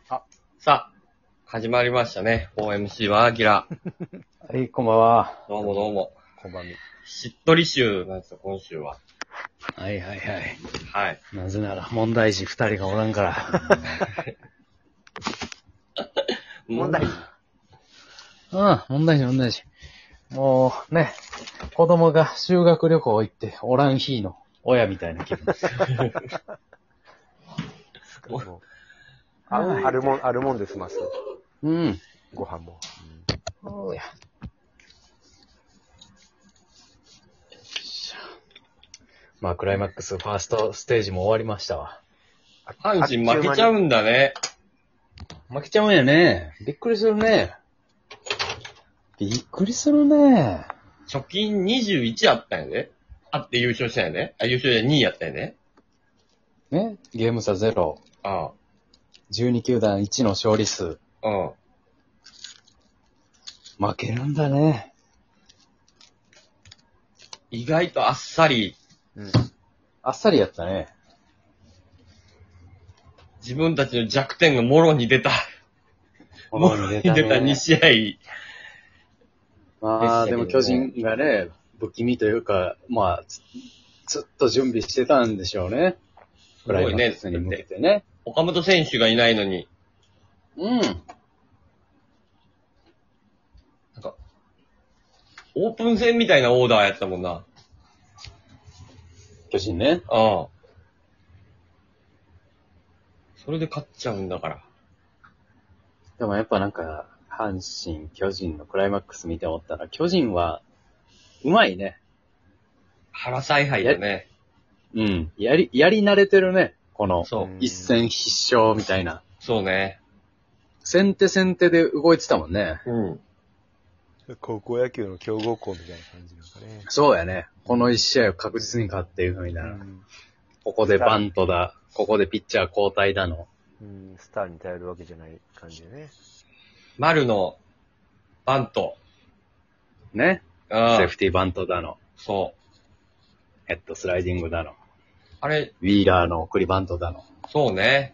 あ、さあ、始まりましたね。OMC はアキラ。 はい、こんばんは。 どうもどうも。 こんばんみ。 しっとり週なんですよ、今週は。 はいはいはい。 はい。 なぜなら、問題児二人がおらんから。 問題。 問題児。もう、ね、子供が修学旅行行っておらん日の親みたいな気分です。 もうあるもんで済ます。 うん。 ご飯も。 おうや。まあ、クライマックスファーストステージも終わりましたわ。 阪神負けちゃうんだね。 負けちゃうんやね。びっくりするね。 貯金21あったんやで。あって優勝したんやで。あ、優勝じゃ2位やったんやで。 ね、ゲーム差0。 あ 12球団1の勝利数。 あ。うん。 負けるんだね。 意外とあっさり、 あっさりやったね。 自分たちの弱点がもろに出た。もろに出た2試合。 まあ、でも巨人がね、不気味というか、まあ、ずっと準備してたんでしょうね。 すごいね。 に向けてね。 岡本選手がいないのに。 うん。 なんか、オープン戦みたいなオーダーやったもんな。 巨人ね。 ああ。それで勝っちゃうんだから。 でもやっぱなんか、阪神、巨人のクライマックス見て思ったら、巨人は、うまいね。 原采配だね。 うん。やり慣れてるね。この、 そう一戦必勝みたいな。 そうね。 先手で動いてたもんね。 うん。 高校野球の強豪校みたいな感じなんかね。 そうやね。この一試合を確実に勝っていくみたいな。ここでバントだ。ここでピッチャー交代だの。 スターに頼るわけじゃない感じでね。 丸のバント。 ね。セああーフティーバントだの。 そう。 ヘッドスライディングだの。 あれ、 ウィーラーの送りバントだの。 そうね。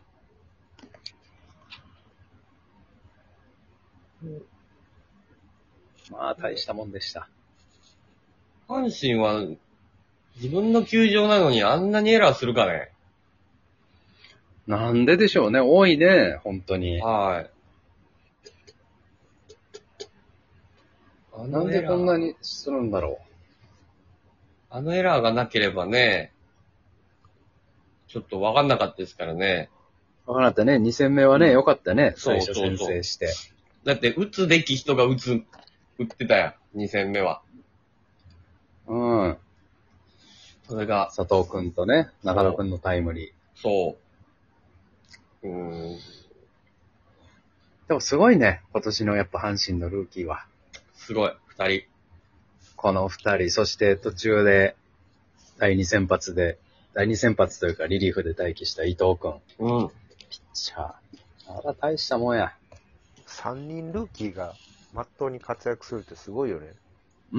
まあ、大したもんでした。 阪神は自分の球場なのにあんなにエラーするかね。 なんででしょうね。多いね。本当に。 はい。 なんでこんなにするんだろあのエラーがなければね、ちょっとわかんなかったですからね。 う。わかったね。2戦目はね、良かったね。 そう最初先制して。 だって、打つべき人が打ってたやん。2戦目は。 うん。 それが、 佐藤くんとね、中野くんのタイムリー。 そう。 でもすごいね。今年のやっぱ阪神のルーキーは。 すごい。2人。 この2人。そして途中で、第2先発というかリリーフで待機した伊藤くん。 うん。 ピッチャー。あら大したもんや。 3人ルーキーがまっとうに活躍するってすごいよね。 うん。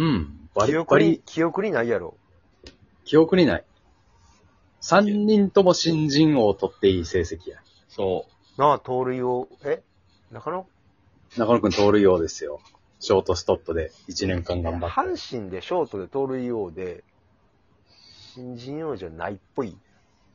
バリッバリ。 記憶にないやろ。 記憶にない。3人とも新人王を取っていい成績や。 そなあ、盗塁を、中野くん盗塁王ですよ。ショートストップで1年間頑張って。 阪神でショートで盗塁王で、新人王じゃないっぽい。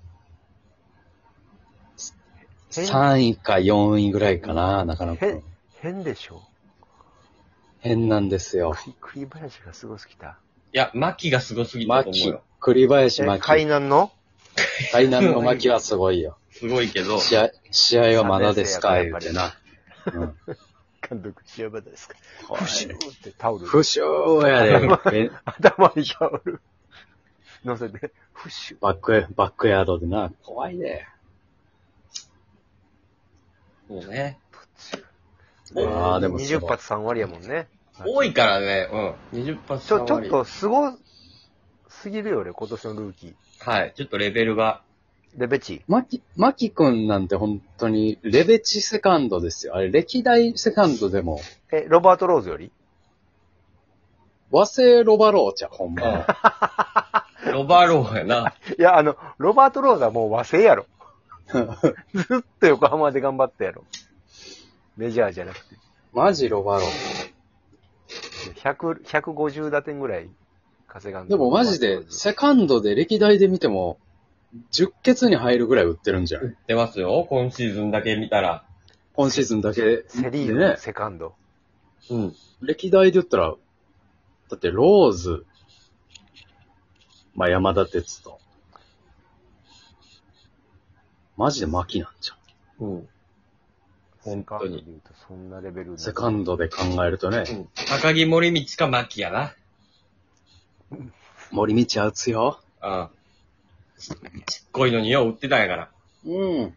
3位か4位ぐらいかな、中野くん。 変でしょ。 変なんですよ。 栗林がすごすぎた。 う。いや、牧がすごすぎたと思うよ。 栗林牧。 海南の牧はすごいよ。 すごいけど。 試合はまだですか言うてな。うん。 監督、試合まだですか。不死ってタオル。 不傷やで。 頭にタオル。乗せて、不死。 バックヤードでな。怖いで。 そうね。 ああ、でも 20発3割やもんね。 多いからね。うん。20発ちょ 3割。 っとすごすぎるよね、今年のルーキー。 はい。ちょっとレベルが。 レベチ。 牧くんなんて本当にレベチセカンドですよ。あれ歴代セカンドでも。 ロバート・ローズより和製ロバローちゃん、ほんま。 ロバローやな。 いや、ロバート・ローズはもう和製やろ。ずっと横浜で頑張ったやろ。 メジャーじゃなくて。 マジロバロ。 150打点ぐらい稼がんと。 でもマジで、セカンドで歴代で見ても、10決に入るぐらい打ってるんじゃない出ますよ、今シーズンだけ見たら。 今シーズンだけでセリーグのね。 セカンド。 うん。 歴代で言ったら、だってローズ、まあ、山田哲人。マジで牧なんじゃん。 うん。本当に。 セカンドで言うとそんなレベルになるセカンドで考えるとね、 うん。高木森道か牧やな。 森道打つよ。 うん。ちっこいのによう打ってたんやから。 うん。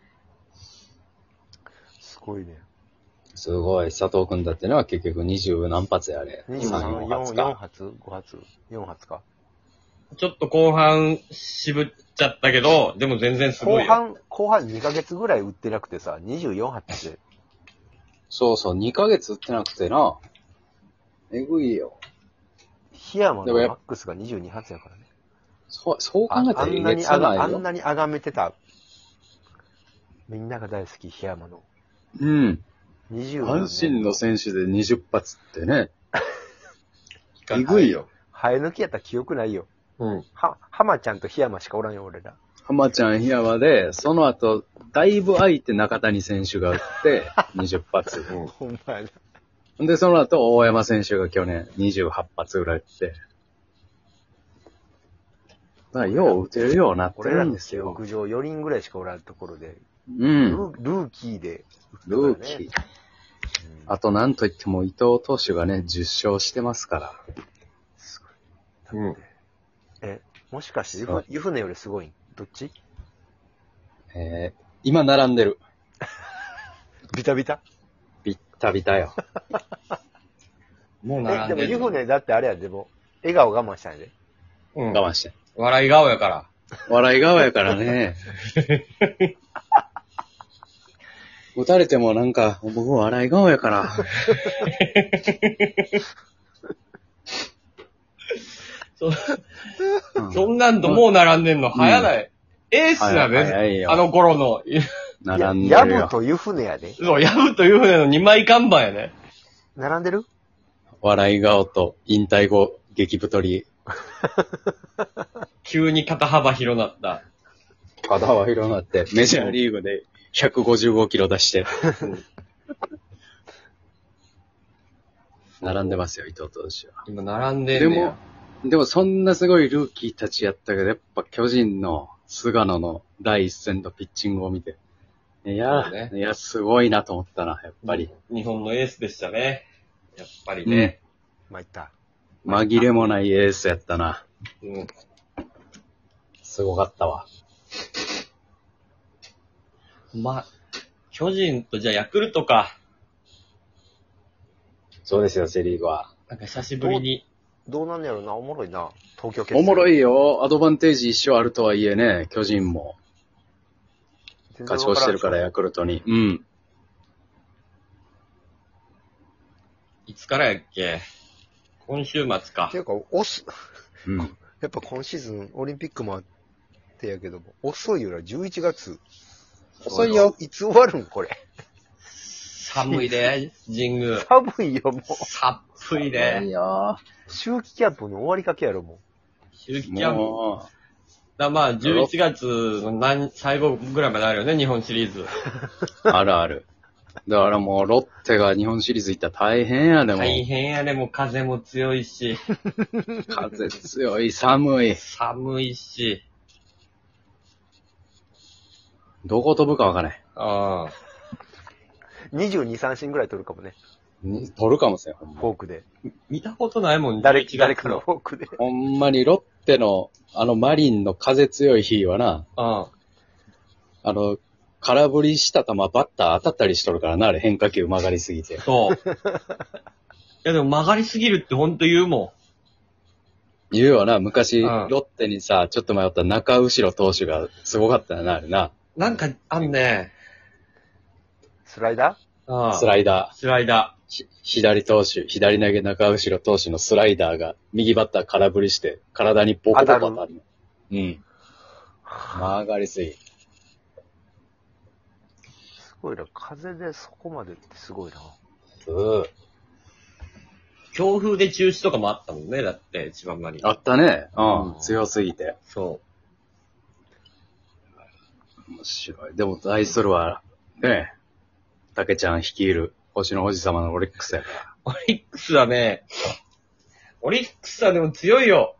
すごいね。 すごい。佐藤くんだってのは結局20何発やれ。 23、 3、4 4 発か。 発 ?5 発 ?4 発か。 ちょっと後半渋っちゃったけど、でも全然すごいよ。 後半2ヶ月ぐらい打ってなくてさ、24発で。 そうそう、2ヶ月打ってなくてな。えぐいよ。 檜山のでもやっマックスが22発やからね。 そう考えたらえあんなにげつないよ。 あんなに崇めてた。みんなが大好き、檜山の。 うん。 20 阪神の選手で20発ってね。 ええぐいよ。 生え抜きやったら記憶ないよ。 うん。 浜ちゃんと檜山しかおらんよ、俺ら。 浜ちゃん檜山で、その後、だいぶ空いて中谷選手が打って、20発。 ほんまやな。 で、その後、大山選手が去年28発ぐらい打って。だから、よう打てるようになって俺らの記るんですよ。 憶上4人ぐらいしかおらんところで、 うん。 ルーキーでルーキー。 うんあと、なんといっても伊藤投手がね、10勝してますから。 うん。 もしかしてすごい湯船よりすごいんどっち今並んでる。 ビタビタビッタビタよ。 もうでも並んでる。 湯船だってあれやでも、笑顔我慢したんやで。 うん。 我慢して。 笑い顔やから。 笑い顔やからね。打たれてもなんか、僕笑い顔やから。 そうんそんなんともう並んでんの早ない。エースやで。 早いよあの頃の。 並んでるよ。 ヤブと湯船やで。 そう、ヤブと湯船の2枚看板やね。 並んでる笑い顔と引退後、激太り。 急に肩幅広なった。 肩は広がって、メジャーリーグで155キロ出して。並んでますよ、伊藤投手は。 今並んでんねや。 でもそんなすごいルーキーたちやったけど、やっぱ巨人の菅野の第一戦のピッチングを見て、いや、 そうねいや、すごいなと思ったな、やっぱり。 日本のエースでしたね。やっぱりね。 参った。 紛れもないエースやったな。 うん。 すごかったわ。 まあ、巨人とじゃあヤクルトか。 そうですよ、セリーグは。 なんか久しぶりに。 どうなんねやろな、おもろいな。東京決戦。 おもろいよ。アドバンテージ一緒あるとはいえね、巨人も全然勝ち越してるから、 わヤクルトに。うん。 いつからやっけ今週末かてい。うか、 うん。 やっぱ今シーズンオリンピックもあってやけども、遅いよな、11月。 遅いよ。 いつ終わるんこれ。 寒いで、神宮。 寒いよ、もう。 寒いで。 よ。 秋季キャンプの終わりかけやろ、も秋季キャンプ。 もまあ、11月の最後ぐらいまであるよね、日本シリーズ。 う、あるある。だからもう、ロッテが日本シリーズ行ったら大変やでも。 大変やね、もう風も強いし、 風強い、寒い。 寒いし。 どこ飛ぶかわからない。 ああ。 う。22、三振ぐらい取るかもね。 取るかもしれん、ほんまフォークで。 見たことないもん、 誰 11 かのフォークで。 ほんまにロッテの、マリンの風強い日はな、 あ空振りした球バッター当たったりしとるからな、あれ変化球曲がりすぎてあ。。そう。いやでも曲がりすぎるってほんと言うも言うよな、昔、 うんロッテにさ、ちょっと迷った中後ろ投手がすごかったよな、あれな。 ん。なんか、あんね。 スライダああスライダスライダー。左投手、左投げ中後ろ投手のスライダーが右バッター空振りして、体にボコボコ当たるの。うん。曲がりすぎ。 ごいな。風でそこまでってすごいな。 強風で中止とかもあったもんね、だって、千葉マリン。 あったね。 うん強すぎて。 そ面白い。でも対するは、ね、竹ちゃん率いる星の王子様のオリックスやから。 う。オリックスはね、オリックスはでも強いよ。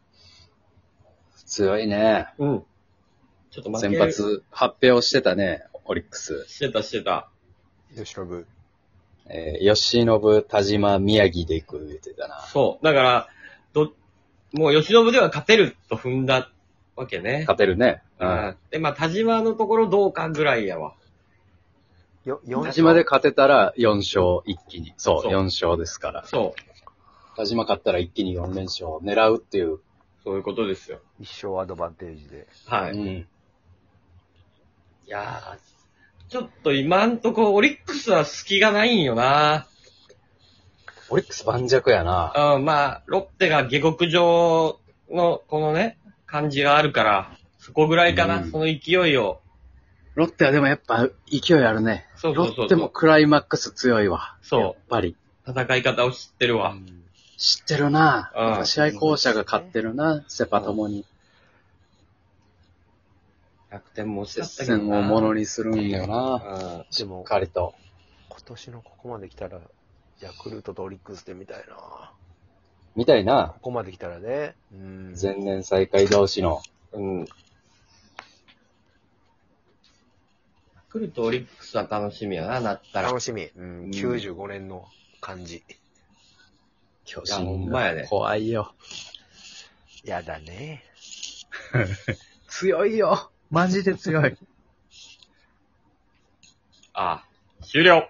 強いね。 うん。ちょっと負け先る。 発発表してたね、オリックス。 してたしてた。 吉信。 吉信、田島、宮城で行く言ってたな。 そう。だから、もう吉信では勝てると踏んだわけね。 勝てるね。 で、まあ、田島のところどうかぐらいやわ。 田島で勝てたら4勝一気に。そう、 そう 4勝ですから。 そう。 田島勝ったら一気に4連勝を狙うっていう。 そういうことですよ。 一生アドバンテージで。 はい。いうん。 やー、ちょっと今んとこオリックスは隙がないんよな。 オリックス盤石やな。 うん、まあ、ロッテが下克上のこのね、感じがあるから、そこぐらいかな、 うんその勢いを。 ロッテはでもやっぱ勢いあるね。 そうそうそうそうロッテもクライマックス強いわ。 そうやっぱり。 戦い方を知ってるわ。 知ってるな。 うんやっぱ試合巧者が勝ってるな。セパともに。 楽天も惜しか接ったけどな。 戦をものにするんよな。 うん。 しっかりと。 今年のここまで来たら、ヤクルトとオリックスで見たいな。 みたいな。 ここまで来たらね。 前年最下位同士の。 うん。ヤクルトオリックスは楽しみやな、なったら。 楽しみ。95年の感じ。 巨いやほん人まやねが怖いよ。 やだね。 強いよ。マジで強い。 ああ、終了